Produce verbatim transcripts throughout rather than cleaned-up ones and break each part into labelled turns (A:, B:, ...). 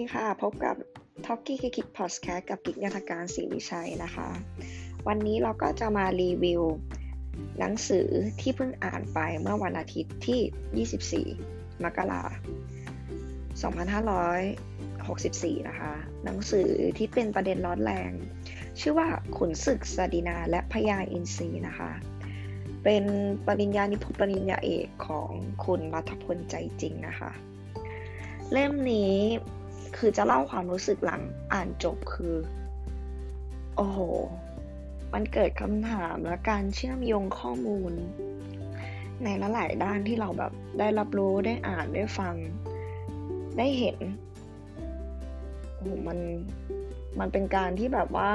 A: ดีค่ะพบกับ Talkie Kick Podcast กับกิ๊กณัฐการศรีวิชัยนะคะวันนี้เราก็จะมารีวิวหนังสือที่เพิ่งอ่านไปเมื่อวันอาทิตย์ที่ยี่สิบสี่มกราคมสองพันห้าร้อยหกสิบสี่นะคะหนังสือที่เป็นประเด็นร้อนแรงชื่อว่าขุนศึกสดินาและพญาอินทรีนะคะเป็นปริญญานิพนธ์ปริญญาเอกของคุณรัฐพลใจจริงนะคะเล่มนี้คือจะเล่าความรู้สึกหลังอ่านจบคือโอ้โหมันเกิดคำถามและการเชื่อมโยงข้อมูลในหลายๆด้านที่เราแบบได้รับรู้ได้อ่านได้ฟังได้เห็นโอ้โหมันมันเป็นการที่แบบว่า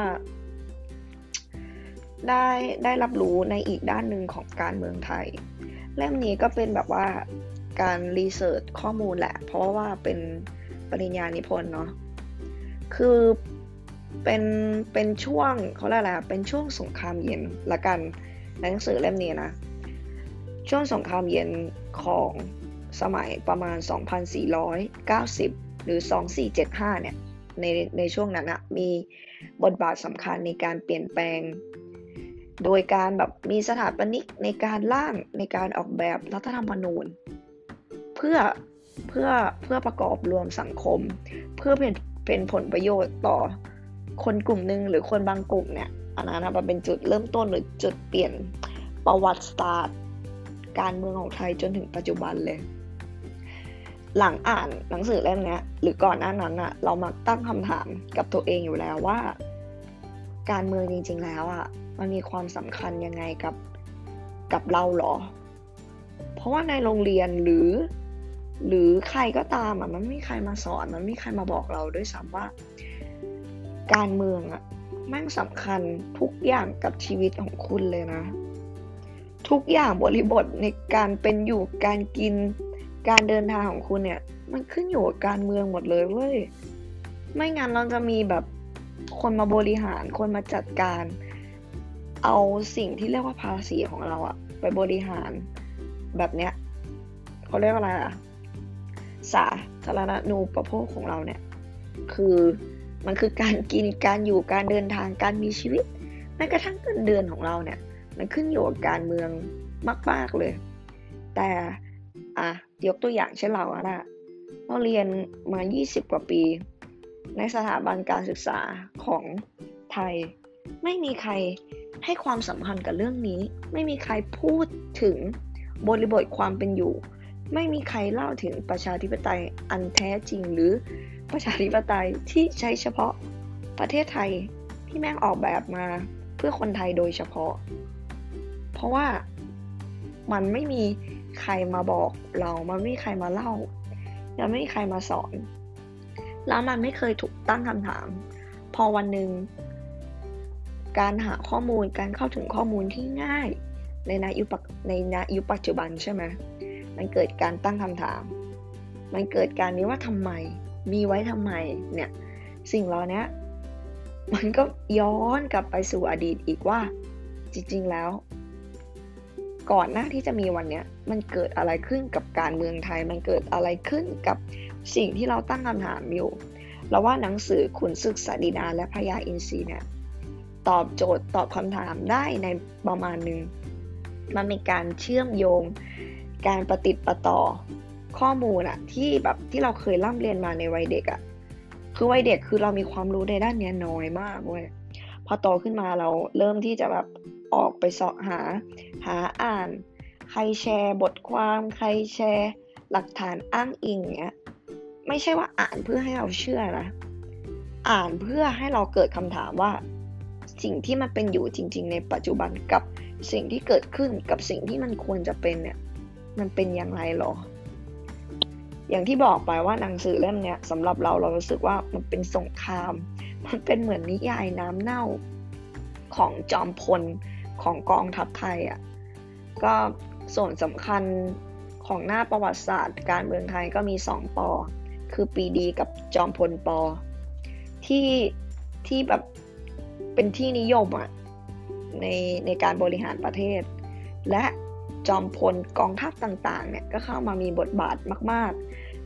A: ได้ได้รับรู้ในอีกด้านหนึ่งของการเมืองไทยเล่มนี้ก็เป็นแบบว่าการรีเสิร์ชข้อมูลแหละเพราะว่าเป็นปริญญานิพนธ์เนาะคือเป็นเป็นช่วงเขาเรียกอะไรเป็นช่วงสงครามเย็นละกันหนังสือเล่มนี้นะช่วงสงครามเย็นของสมัยประมาณสองพันสี่ร้อยเก้าสิบหรือสองพันสี่ร้อยเจ็ดสิบห้าเนี่ยในในช่วงนั้นนะมีบทบาทสำคัญในการเปลี่ยนแปลงโดยการแบบมีสถาปนิกในการร่างในการออกแบบรัฐธรรมนูญเพื่อเพื่อเพื่อประกอบรวมสังคมเพื่อเป็นเป็นผลประโยชน์ต่อคนกลุ่มนึงหรือคนบางกลุ่มเนี่ยอันนั้นมันเป็นจุดเริ่มต้นหรือจุดเปลี่ยนประวัติศาสตร์การเมืองของไทยจนถึงปัจจุบันเลยหลังอ่านหนังสือเล่มนี้หรือก่อนหน้านั้นอ่ะเรามักตั้งคำถามกับตัวเองอยู่แล้วว่าการเมืองจริงๆแล้วอ่ะมันมีความสำคัญยังไงกับกับเราหรอเพราะว่าในโรงเรียนหรือหรือใครก็ตามอ่ะมันไม่มีใครมาสอนมันไม่มีใครมาบอกเราด้วยซ้ำว่าการเมืองอ่ะแม่งสำคัญทุกอย่างกับชีวิตของคุณเลยนะทุกอย่างบริบทในการเป็นอยู่การกินการเดินทางของคุณเนี่ยมันขึ้นอยู่กับการเมืองหมดเลยเว้ยไม่งั้นเราจะมีแบบคนมาบริหารคนมาจัดการเอาสิ่งที่เรียกว่าภาษีของเราอะไปบริหารแบบเนี้ยเขาเรียกว่าอะไรอะสาธารณูปโภคของเราเนี่ยคือมันคือการกินการอยู่การเดินทางการมีชีวิตแม้กระทั่งเงินเดือนของเราเนี่ยมันขึ้นอยู่กับการเมืองมากๆเลยแต่อ่ะยกตัวอย่างเช่นเราอะนะเราเรียนมายี่สิบกว่าปีในสถาบันการศึกษาของไทยไม่มีใครให้ความสำคัญกับเรื่องนี้ไม่มีใครพูดถึงบริบทความเป็นอยู่ไม่มีใครเล่าถึงประชาธิปไตยอันแท้จริงหรือประชาธิปไตยที่ใช้เฉพาะประเทศไทยที่แม่งออกแบบมาเพื่อคนไทยโดยเฉพาะเพราะว่ามันไม่มีใครมาบอกเรามันไม่มีใครมาเล่ายังไม่มีใครมาสอนแล้วมันไม่เคยถูกตั้งคำถามพอวันหนึ่งการหาข้อมูลการเข้าถึงข้อมูลที่ง่ายในณยุคในณยุคปัจจุบันใช่ไหมมันเกิดการตั้งคำถามมันเกิดการนี้ว่าทำไมมีไว้ทำไมเนี่ยสิ่งเหล่านี้มันก็ย้อนกลับไปสู่อดีตอีกว่าจริงๆแล้วก่อนหน้าที่จะมีวันนี้มันเกิดอะไรขึ้นกับการเมืองไทยมันเกิดอะไรขึ้นกับสิ่งที่เราตั้งคำถามอยู่แล้วว่าหนังสือขุนศึกสดินาและพญาอินทรีเนี่ยตอบโจทย์ตอบคำถามได้ในประมาณนึงมันมีการเชื่อมโยงการประติดประต่อข้อมูลอะที่แบบที่เราเคยร่ำเรียนมาในวัยเด็กอะคือวัยเด็กคือเรามีความรู้ในด้านนี้น้อยมากเว้ยพอโตขึ้นมาเราเริ่มที่จะแบบออกไปเสาะหาหาอ่านใครแชร์บทความใครแชร์หลักฐานอ้างอิงเงี้ยไม่ใช่ว่าอ่านเพื่อให้เราเชื่อนะอ่านเพื่อให้เราเกิดคำถามว่าสิ่งที่มันเป็นอยู่จริงๆในปัจจุบันกับสิ่งที่เกิดขึ้นกับสิ่งที่มันควรจะเป็นเนี่ยมันเป็นอย่างไรหรออย่างที่บอกไปว่าหนังสือเล่มเนี้ยสำหรับเราเรารู้สึกว่ามันเป็นสงครามมันเป็นเหมือนนิยายน้ำเน่าของจอมพลของกองทัพไทยอ่ะก็ส่วนสำคัญของหน้าประวัติศาสตร์การเมืองไทยก็มีสองปอคือปรีดีกับจอมพลปอที่ที่แบบเป็นที่นิยมอ่ะในในการบริหารประเทศและจอมพลกองทัพต่างๆเนี่ยก็เข้ามามีบทบาทมากๆ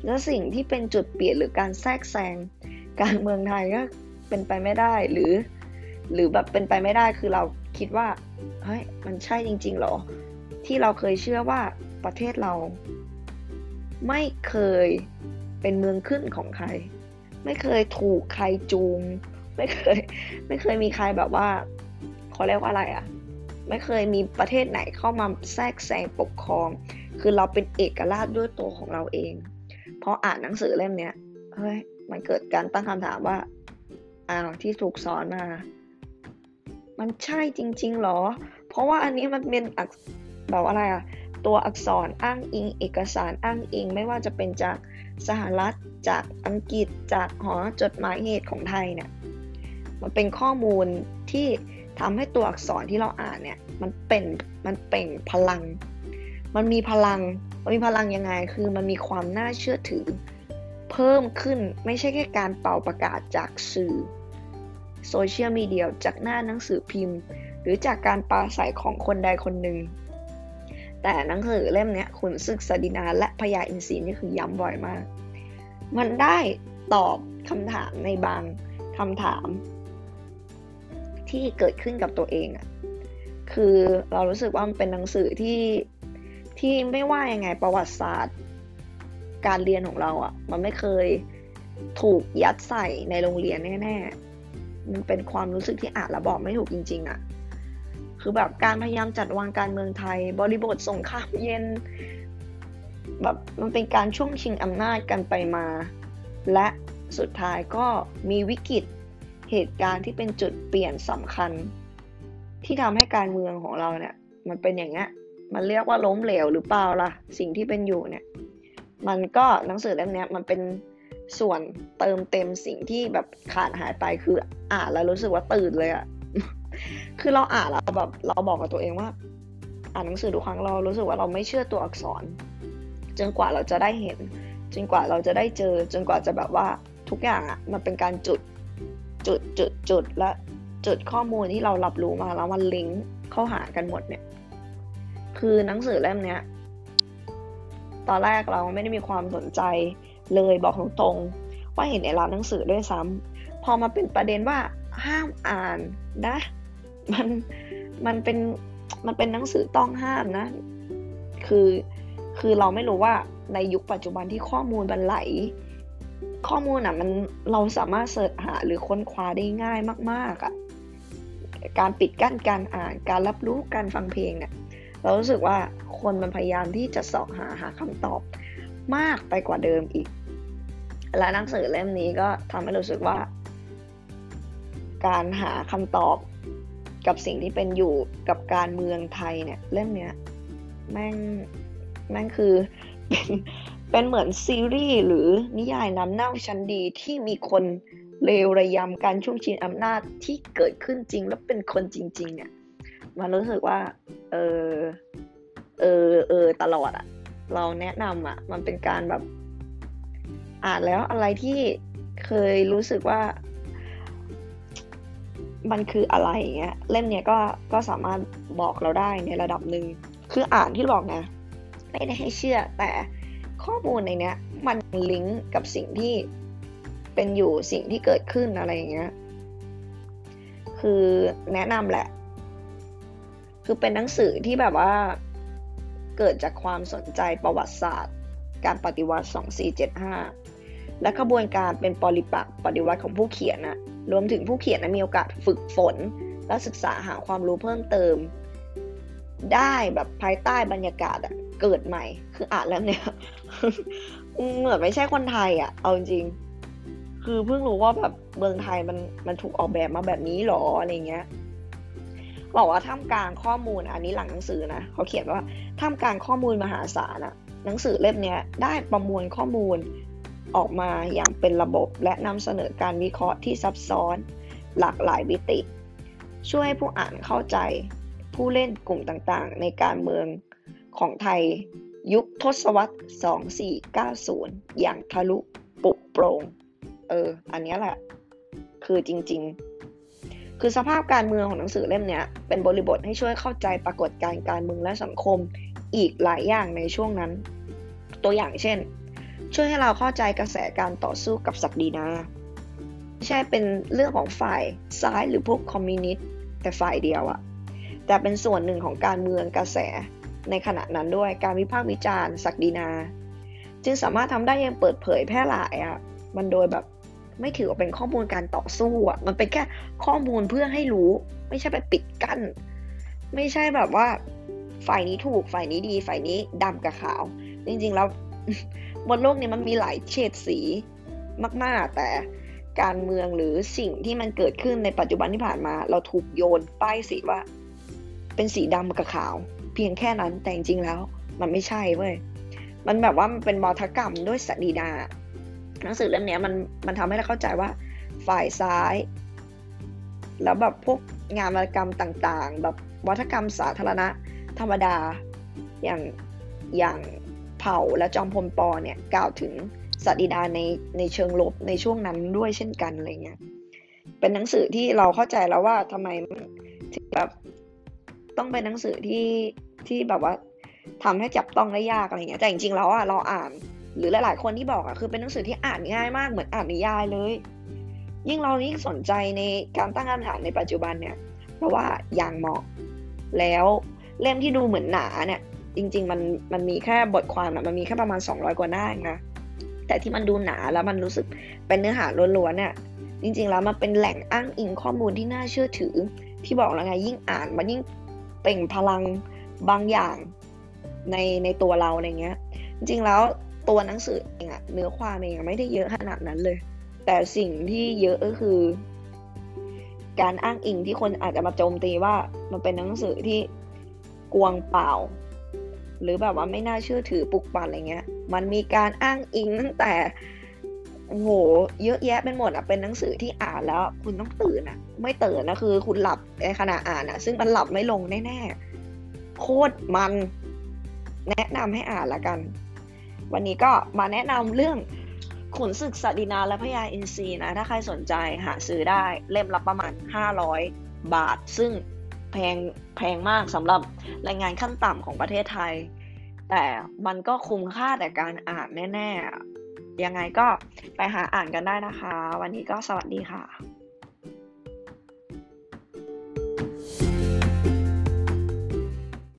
A: แล้วสิ่งที่เป็นจุดเปลี่ยนหรือการแทรกแซงการเมืองไทยก็เป็นไปไม่ได้หรือหรือแบบเป็นไปไม่ได้คือเราคิดว่าเฮ้ยมันใช่จริงๆหรอที่เราเคยเชื่อว่าประเทศเราไม่เคยเป็นเมืองขึ้นของใครไม่เคยถูกใครจูงไม่เคยไม่เคยมีใครแบบว่าเขาเรียกว่าอะไรอ่ะไม่เคยมีประเทศไหนเข้ามาแทรกแซงปกครองคือเราเป็นเอกราชด้วยตัวของเราเองพออ่านหนังสือเล่มเนี้ยเฮ้ยมันเกิดการตั้งคำถามว่าอ้าวที่ถูกสอนมามันใช่จริงๆหรอเพราะว่าอันนี้มันเป็นแบบอะไรอ่ะตัวอักษรอ้างอิงเอกสารอ้างอิงไม่ว่าจะเป็นจากสหรัฐจากอังกฤษจากหอจดหมายเหตุของไทยเนี่ยมันเป็นข้อมูลที่ทำให้ตัวอักษรที่เราอ่านเนี่ยมันเป็นมันเปล่งพลังมันมีพลังมันมีพลังยังไงคือมันมีความน่าเชื่อถือเพิ่มขึ้นไม่ใช่แค่การเป่าประกาศจากสื่อโซเชียลมีเดียจากหน้าหนังสือพิมพ์หรือจากการปราศัยของคนใดคนหนึ่งแต่หนังสือเล่มนี้ขุนศึกสดินาและพญาอินทรีนี่คือย้ำบ่อยมากมันได้ตอบคำถามในบางคำถามที่เกิดขึ้นกับตัวเองอ่ะคือเรารู้สึกว่ามันเป็นหนังสือที่ที่ไม่ว่ายังไงประวัติศาสตร์การเรียนของเราอ่ะมันไม่เคยถูกยัดใส่ในโรงเรียนแน่ๆมันเป็นความรู้สึกที่อ่านแล้วบอกไม่ถูกจริงๆอ่ะคือแบบการพยายามจัดวางการเมืองไทยบริบทสงครามเย็นแบบมันเป็นการช่วงชิงอำนาจกันไปมาและสุดท้ายก็มีวิกฤตเหตุการณ์ที่เป็นจุดเปลี่ยนสำคัญที่ทำให้การเมืองของเราเนี่ยมันเป็นอย่างเงี้ยมันเรียกว่าล้มเหลวหรือเปล่าล่ะสิ่งที่เป็นอยู่เนี่ยมันก็หนังสือเล่มนี้มันเป็นส่วนเติมเต็มสิ่งที่แบบขาดหายไปคืออ่านแล้วรู้สึกว่าตื่นเลยอะคือเราอ่านแล้วแบบเราบอกกับตัวเองว่าอ่านหนังสือทุกครั้งเรารู้สึกว่าเราไม่เชื่อตัวอักษรจนกว่าเราจะได้เห็นจนกว่าเราจะได้เจอจนกว่าจะแบบว่าทุกอย่างอะมันเป็นการจุดจุดจุดจุดและจุดข้อมูลที่เรารับรู้มาแล้วมันลิงก์เข้าหากันหมดเนี่ยคือหนังสือเล่มเนี้ยตอนแรกเราไม่ได้มีความสนใจเลยบอกตรงๆว่าเห็นในร้านหนังสือด้วยซ้ำพอมาเป็นประเด็นว่าห้ามอ่านนะมันมันเป็นมันเป็นหนังสือต้องห้ามนะคือคือเราไม่รู้ว่าในยุคปัจจุบันที่ข้อมูลมันไหลข้อมูลอ่ะมันเราสามารถเสิร์ชหาหรือค้นคว้าได้ง่ายมากๆอ่ะการปิดกั้นการอ่านการรับรู้การฟังเพลงเนี่ยเรารู้สึกว่าคนมันพยายามที่จะเสาะหาหาคำตอบมากไปกว่าเดิมอีกและหนังสือเล่มนี้ก็ทำให้รู้สึกว่าการหาคำตอบกับสิ่งที่เป็นอยู่กับการเมืองไทยเนี่ยเล่มเนี้ยแม่งแม่งคือเป็นเป็นเหมือนซีรีส์หรือนิยายน้ำเน่าชั้นดีที่มีคนเลวระยำการช่วงชิงอำนาจที่เกิดขึ้นจริงและเป็นคนจริงๆเนี่ยมันรู้สึกว่าเออเออเออตลอดอ่ะเราแนะนำอ่ะมันเป็นการแบบอ่านแล้วอะไรที่เคยรู้สึกว่ามันคืออะไรอย่างเงี้ยเล่มเนี้ยก็ก็สามารถบอกเราได้ในระดับหนึ่งคืออ่านที่บอกนะไม่ได้ให้เชื่อแต่ข้อมูลในเนี้ยมันลิงก์กับสิ่งที่เป็นอยู่สิ่งที่เกิดขึ้นอะไรอย่างเงี้ยคือแนะนำแหละคือเป็นหนังสือที่แบบว่าเกิดจากความสนใจประวัติศาสตร์การปฏิวัติสองสี่เจ็ดห้าและกระบวนการเป็นปริปักษ์ปฏิวัติของผู้เขียนนะรวมถึงผู้เขียนนะมีโอกาสฝึกฝนและศึกษาหาความรู้เพิ่มเติมได้แบบภายใต้บรรยากาศอะเกิดใหม่คืออ่านแล้วเนี่ย เหมือนไม่ใช่คนไทยอะเอาจริงคือเพิ่งรู้ว่าแบบเมืองไทยมันมันถูกออกแบบมาแบบนี้หรออะไรเงี้ยบอกว่าท่ามกลางข้อมูลอันนี้หลังหนังสือนะเขาเขียนว่าท่ามกลางข้อมูลมหาศาลอะหนังสือเล่มนี้ได้ประมวลข้อมูลออกมาอย่างเป็นระบบและนำเสนอการวิเคราะห์ที่ซับซ้อนหลากหลายมิติช่วยให้ผู้อ่านเข้าใจผู้เล่นกลุ่มต่างๆในการเมืองของไทยยุคทศวรรษสองพันสี่ร้อยเก้าสิบอย่างทะลุปลุกโปร่งเอออันนี้แหละคือจริงๆคือสภาพการเมืองของหนังสือเล่มนี้เป็นบริบทให้ช่วยเข้าใจปรากฏการณ์การเมืองและสังคมอีกหลายอย่างในช่วงนั้นตัวอย่างเช่นช่วยให้เราเข้าใจกระแสการต่อสู้กับศักดินาไม่ใช่เป็นเรื่องของฝ่ายซ้ายหรือพวกคอมมิวนิสต์แต่ฝ่ายเดียวอะแต่เป็นส่วนหนึ่งของการเมืองกระแสในขณะนั้นด้วยการวิพากษ์วิจารณ์ศักดินาจึงสามารถทำได้อย่างเปิดเผยแพร่หลายอะมันโดยแบบไม่ถือว่าเป็นข้อมูลการต่อสู้อะมันเป็นแค่ข้อมูลเพื่อให้รู้ไม่ใช่ไปปิดกั้นไม่ใช่แบบว่าฝ่ายนี้ถูกฝ่ายนี้ดีฝ่ายนี้ดำกับขาวจริงๆแล้ว บนโลกนี้มันมีหลายเฉดสีมากๆแต่การเมืองหรือสิ่งที่มันเกิดขึ้นในปัจจุบันที่ผ่านมาเราถูกโยนป้ายสีว่าเป็นสีดำกับขาวเพียงแค่นั้นแต่จริงๆแล้วมันไม่ใช่เว้ยมันแบบว่ามันเป็นวัฒกรรมด้วยศักดินาหนังสือเล่มนี้มันมันทำให้เราเข้าใจว่าฝ่ายซ้ายแล้วแบบพวกงานวรรณกรรมต่างๆแบบวัฒกรรมสาธารณะธรรมดาอย่างอย่างเผ่าและจอมพลป.เนี่ยกล่าวถึงศักดินาในในเชิงลบในช่วงนั้นด้วยเช่นกันอะไรเงี้ยเป็นหนังสือที่เราเข้าใจแล้วว่าทำไมถึงแบบต้องเป็นหนังสือที่ที่แบบว่าทำให้จับต้องได้ยากอะไรเงี้ยแต่จริงๆแล้วอ่ะเราอ่านหรือหลายๆคนที่บอกอ่ะคือเป็นหนังสือที่อ่านง่ายมากเหมือนอ่านนิยายเลยยิ่งเรายิ่งสนใจในการตั้งคำถามในปัจจุบันเนี่ยเพราะว่าอย่างเหมาะแล้วเล่มที่ดูเหมือนหนาเนี่ยจริงๆมันมันมีแค่บทความอ่ะมันมีแค่ประมาณสองร้อยกว่าหน้าเองนะแต่ที่มันดูหนาแล้วมันรู้สึกเป็นเนื้อหาล้วนๆเนี่ยจริงๆแล้วมันเป็นแหล่งอ้างอิงข้อมูลที่น่าเชื่อถือที่บอกแล้วไงยิ่งอ่านมันยิ่งเปล่งพลังบางอย่างในในตัวเราอะไรเงี้ยจริงๆแล้วตัวหนังสือเองอะเนื้อความเองไม่ได้เยอะขนาดนั้นเลยแต่สิ่งที่เยอะก็คือการอ้างอิงที่คนอาจจะมาโจมตีว่ามันเป็นหนังสือที่กวงเปล่าหรือแบบว่าไม่น่าเชื่อถือปลุกปั่นอะไรเงี้ยมันมีการอ้างอิงตั้งแต่โอ้โหเยอะแยะเป็นหมดอ่ะเป็นหนังสือที่อ่านแล้วคุณต้องตื่นอ่ะไม่ตื่นนะคือคุณหลับในขณะอ่านอ่ะซึ่งมันหลับไม่ลงแน่ๆโคตรมันแนะนำให้อ่านละกันวันนี้ก็มาแนะนำเรื่องขุนศึกศักดินาและพญาอินทรีนะถ้าใครสนใจหาซื้อได้เล่มละประมาณห้าร้อยบาทซึ่งแพงแพงมากสำหรับแรงงานขั้นต่ำของประเทศไทยแต่มันก็คุ้มค่าแต่การอ่านแน่ๆยังไงก็ไปหาอ่านกันได้นะคะวันนี้ก็สวัสดีค่ะ